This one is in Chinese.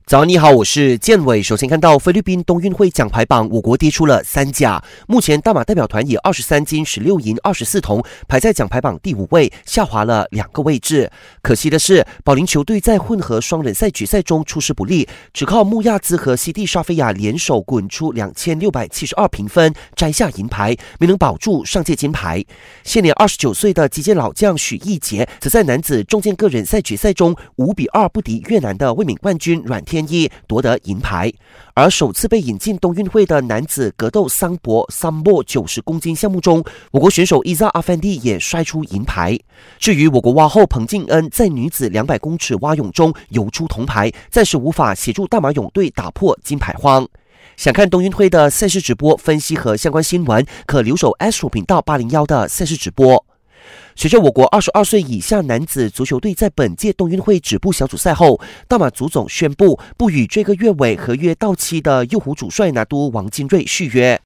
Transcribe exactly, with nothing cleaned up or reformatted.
早上你好，我是建伟。首先看到菲律宾冬运会奖牌榜，我国跌出了三甲。目前大马代表团以二十三金、十六银、二十四铜排在奖牌榜第五位，下滑了两个位置。可惜的是，保龄球队在混合双人赛决赛中出师不利，只靠穆亚兹和西蒂沙菲亚联手滚出两千六百七十二评分，摘下银牌，没能保住上届金牌。现年二十九岁的击剑老将许奕杰，则在男子重剑个人赛决赛中五比二不敌越南的卫冕冠军阮天一，夺得银牌。而首次被引进冬运会的男子格斗桑博桑博九十公斤项目中，我国选手伊扎阿凡蒂也摔出银牌。至于我国蛙后彭敬恩在女子两百公尺蛙泳中游出铜牌，暂时无法协助大马泳队打破金牌荒。想看冬运会的赛事直播分析和相关新闻，可留守 Astro 频道八零一的赛事直播。随着我国二十二岁以下男子足球队在本届冬运会止步小组赛后，大马足总宣布不与这个月尾合约到期的右湖主帅拿督王金瑞续约。